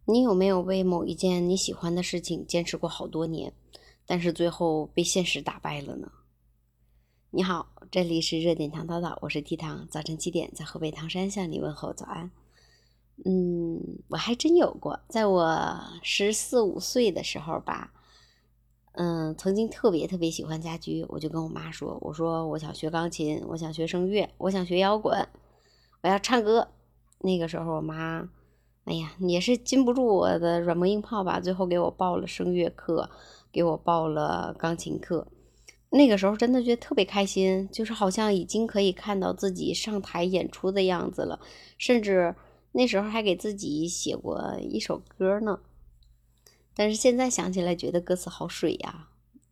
你有没有为某一件你喜欢的事情坚持过好多年，但是最后被现实打败了呢？你好，这里是热点糖叨叨，我是 T 糖，早晨7点在河北唐山向你问候早安。我还真有过，在我14、15岁的时候吧，曾经特别特别喜欢家居，我就跟我妈说，我说我想学钢琴，我想学声乐，我想学摇滚，我要唱歌。那个时候我妈哎呀，也是禁不住我的软磨硬泡吧，最后给我报了声乐课，给我报了钢琴课。那个时候真的觉得特别开心，就是好像已经可以看到自己上台演出的样子了，甚至那时候还给自己写过一首歌呢。但是现在想起来觉得歌词好水呀。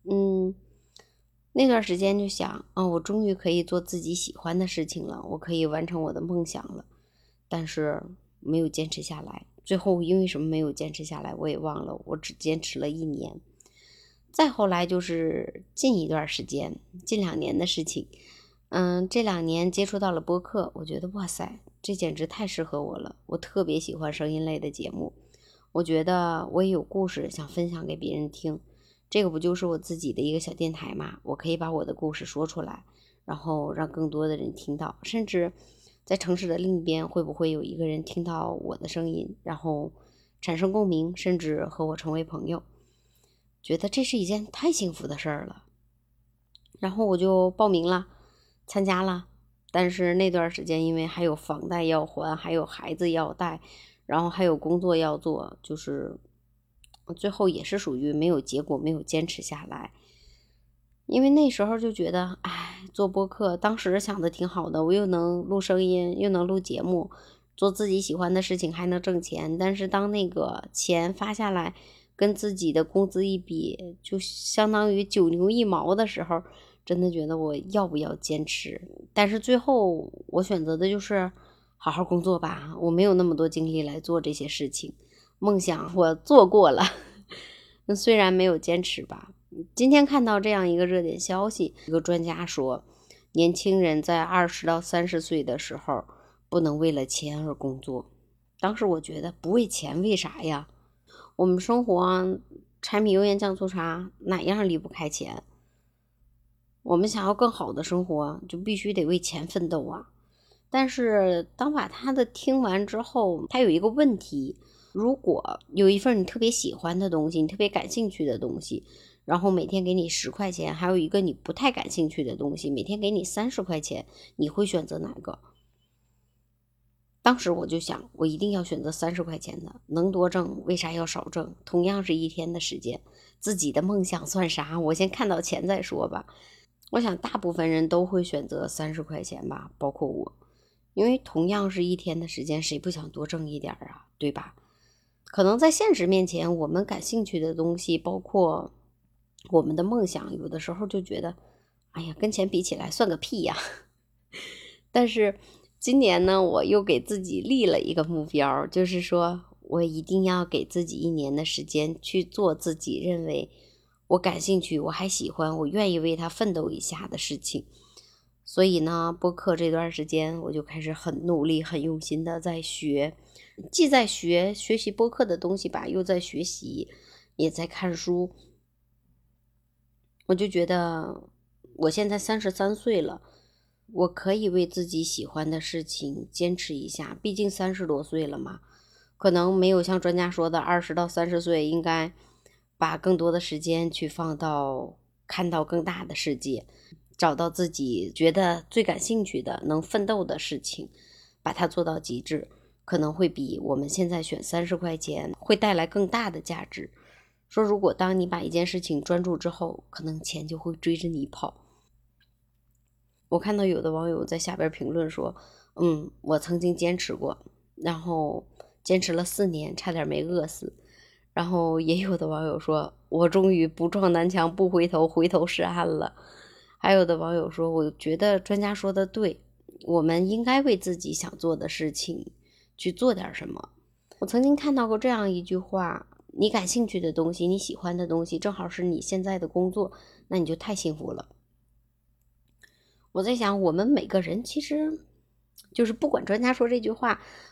那段时间就想，我终于可以做自己喜欢的事情了，我可以完成我的梦想了。但是没有坚持下来，最后因为什么没有坚持下来我也忘了，我只坚持了1年。再后来就是近一段时间，近2年的事情。这2年接触到了播客，我觉得哇塞，这简直太适合我了，我特别喜欢声音类的节目，我觉得我也有故事想分享给别人听，这个不就是我自己的一个小电台嘛，我可以把我的故事说出来，然后让更多的人听到，甚至在城市的另一边会不会有一个人听到我的声音，然后产生共鸣，甚至和我成为朋友，觉得这是一件太幸福的事儿了。然后我就报名了，参加了。但是那段时间因为还有房贷要还，还有孩子要带，然后还有工作要做，就是最后也是属于没有结果，没有坚持下来。因为那时候就觉得，做播客当时想的挺好的，我又能录声音，又能录节目，做自己喜欢的事情还能挣钱。但是当那个钱发下来跟自己的工资一比，就相当于9牛1毛的时候，真的觉得我要不要坚持。但是最后我选择的就是好好工作吧，我没有那么多精力来做这些事情，梦想我做过了虽然没有坚持吧。今天看到这样一个热点消息，一个专家说，年轻人在20到30岁的时候不能为了钱而工作。当时我觉得不为钱为啥呀？我们生活柴米油盐酱醋茶哪样离不开钱？我们想要更好的生活就必须得为钱奋斗啊。但是当把他的听完之后，他有一个问题，如果有一份你特别喜欢的东西，你特别感兴趣的东西，然后每天给你10块钱，还有一个你不太感兴趣的东西，每天给你30块钱，你会选择哪个？当时我就想，我一定要选择30块钱的，能多挣为啥要少挣？同样是1天的时间，自己的梦想算啥？我先看到钱再说吧。我想大部分人都会选择30块钱吧，包括我，因为同样是1天的时间，谁不想多挣一点啊，对吧？可能在现实面前，我们感兴趣的东西，包括我们的梦想，有的时候就觉得，哎呀，跟钱比起来算个屁呀。但是今年呢，我又给自己立了一个目标，就是说我一定要给自己1年的时间去做自己认为我感兴趣，我还喜欢，我愿意为他奋斗一下的事情。所以呢，播客这段时间我就开始很努力、很用心的在学，既在学习播客的东西吧，又在学习，也在看书。我就觉得我现在33岁了，我可以为自己喜欢的事情坚持一下，毕竟30多岁了嘛，可能没有像专家说的20到30岁应该把更多的时间去放到看到更大的世界，找到自己觉得最感兴趣的能奋斗的事情，把它做到极致，可能会比我们现在选30块钱会带来更大的价值。说如果当你把一件事情专注之后，可能钱就会追着你跑。我看到有的网友在下边评论说，我曾经坚持过，然后坚持了4年，差点没饿死。然后也有的网友说，我终于不撞南墙不回头，回头是岸了。还有的网友说，我觉得专家说的对，我们应该为自己想做的事情去做点什么。我曾经看到过这样一句话，你感兴趣的东西，你喜欢的东西，正好是你现在的工作，那你就太幸福了。我在想，我们每个人其实就是不管专家说这句话，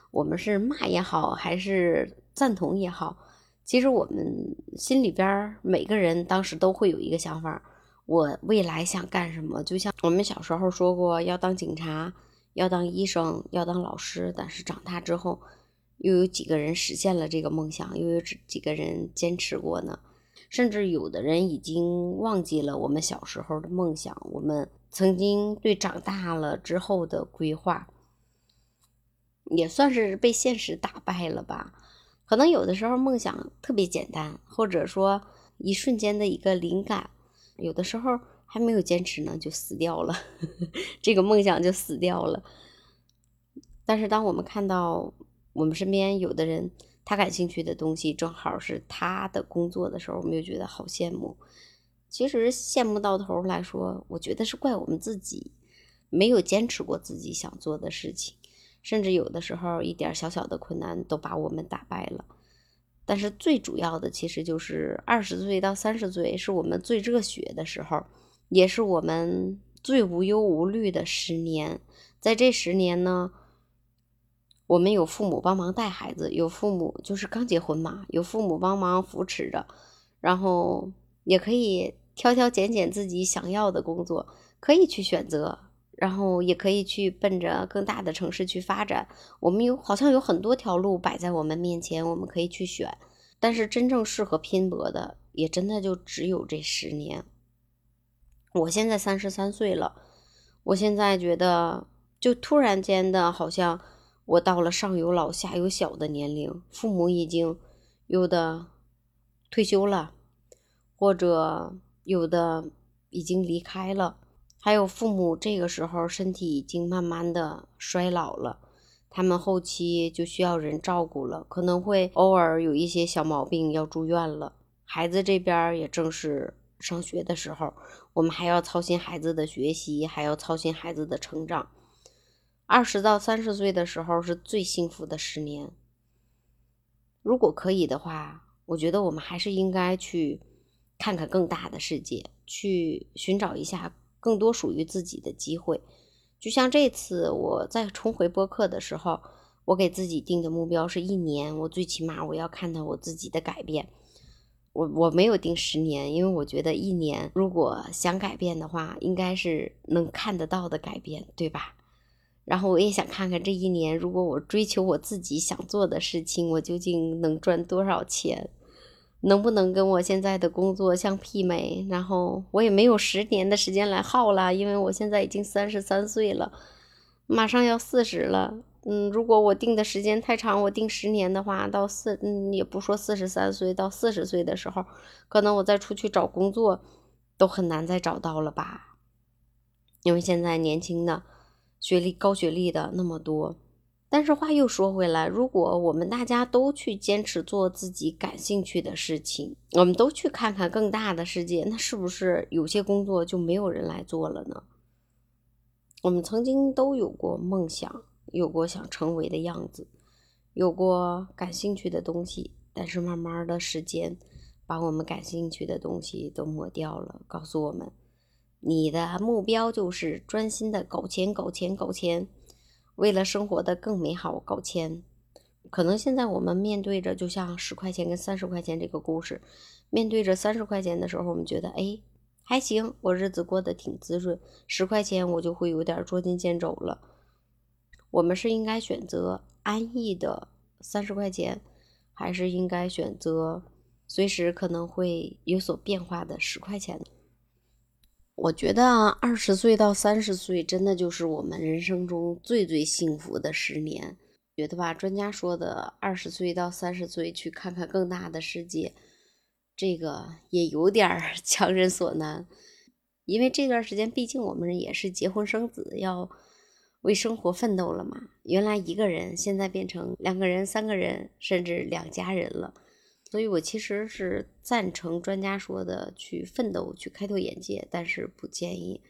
我们是骂也好，还是赞同也好，其实我们心里边每个人当时都会有一个想法，我未来想干什么。就像我们小时候说过要当警察，要当医生，要当老师，但是长大之后又有几个人实现了这个梦想，又有几个人坚持过呢？甚至有的人已经忘记了我们小时候的梦想，我们曾经对长大了之后的规划，也算是被现实打败了吧。可能有的时候梦想特别简单，或者说一瞬间的一个灵感，有的时候还没有坚持呢就死掉了这个梦想就死掉了。但是当我们看到我们身边有的人他感兴趣的东西正好是他的工作的时候，我们就觉得好羡慕。其实羡慕到头来说，我觉得是怪我们自己没有坚持过自己想做的事情，甚至有的时候一点小小的困难都把我们打败了。但是最主要的其实就是20岁到30岁是我们最热血的时候，也是我们最无忧无虑的10年。在这10年呢，我们有父母帮忙带孩子，有父母就是刚结婚嘛，有父母帮忙扶持着，然后也可以挑挑拣拣自己想要的工作，可以去选择，然后也可以去奔着更大的城市去发展。我们好像有很多条路摆在我们面前，我们可以去选，但是真正适合拼搏的也真的就只有这10年。我现在33岁了，我现在觉得就突然间的好像我到了上有老下有小的年龄，父母已经有的退休了，或者有的已经离开了，还有父母这个时候身体已经慢慢的衰老了，他们后期就需要人照顾了，可能会偶尔有一些小毛病要住院了。孩子这边也正是上学的时候，我们还要操心孩子的学习，还要操心孩子的成长。20到30岁的时候是最幸福的10年。如果可以的话，我觉得我们还是应该去看看更大的世界，去寻找一下更多属于自己的机会。就像这次我在重回播客的时候，我给自己定的目标是1年，我最起码我要看到我自己的改变。我没有定10年，因为我觉得1年如果想改变的话，应该是能看得到的改变，对吧？然后我也想看看这1年，如果我追求我自己想做的事情，我究竟能赚多少钱，能不能跟我现在的工作相媲美。然后我也没有10年的时间来耗了，因为我现在已经33岁了，马上要40了。如果我定的时间太长，我定10年的话，到也不说43岁，到40岁的时候，可能我再出去找工作都很难再找到了吧。因为现在年轻的高学历的那么多。但是话又说回来，如果我们大家都去坚持做自己感兴趣的事情，我们都去看看更大的世界，那是不是有些工作就没有人来做了呢？我们曾经都有过梦想，有过想成为的样子，有过感兴趣的东西，但是慢慢的时间把我们感兴趣的东西都抹掉了，告诉我们你的目标就是专心的搞钱搞钱搞钱，为了生活的更美好搞钱。可能现在我们面对着就像10块钱跟30块钱这个故事，面对着30块钱的时候，我们觉得还行，我日子过得挺滋润，10块钱我就会有点捉襟见肘了。我们是应该选择安逸的30块钱，还是应该选择随时可能会有所变化的10块钱？我觉得20岁到30岁真的就是我们人生中最最幸福的10年。觉得吧，专家说的20岁到30岁去看看更大的世界，这个也有点强人所难。因为这段时间毕竟我们也是结婚生子，要为生活奋斗了嘛。原来1个人现在变成2个人、3个人，甚至2家人了。所以我其实是赞成专家说的去奋斗，去开拓眼界，但是不建议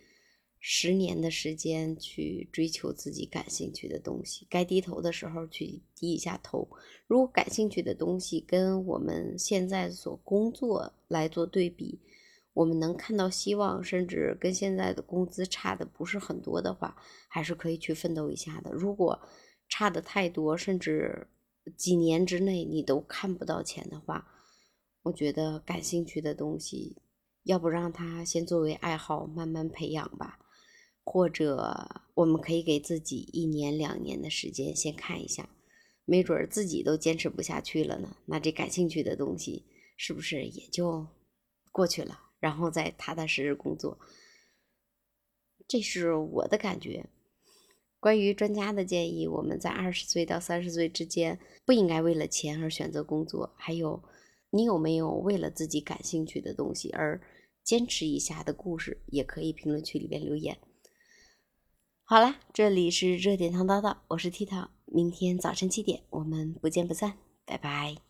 10年的时间去追求自己感兴趣的东西，该低头的时候去低一下头。如果感兴趣的东西跟我们现在所工作来做对比，我们能看到希望，甚至跟现在的工资差的不是很多的话，还是可以去奋斗一下的。如果差的太多，甚至几年之内你都看不到钱的话，我觉得感兴趣的东西，要不让它先作为爱好慢慢培养吧，或者我们可以给自己1年2年的时间先看一下，没准自己都坚持不下去了呢，那这感兴趣的东西是不是也就过去了，然后再踏踏实实工作。这是我的感觉。关于专家的建议，我们在20岁到30岁之间不应该为了钱而选择工作。还有，你有没有为了自己感兴趣的东西而坚持一下的故事，也可以评论区里边留言。好啦，这里是热点糖叨叨，我是 Tita，明天早晨7点我们不见不散，拜拜。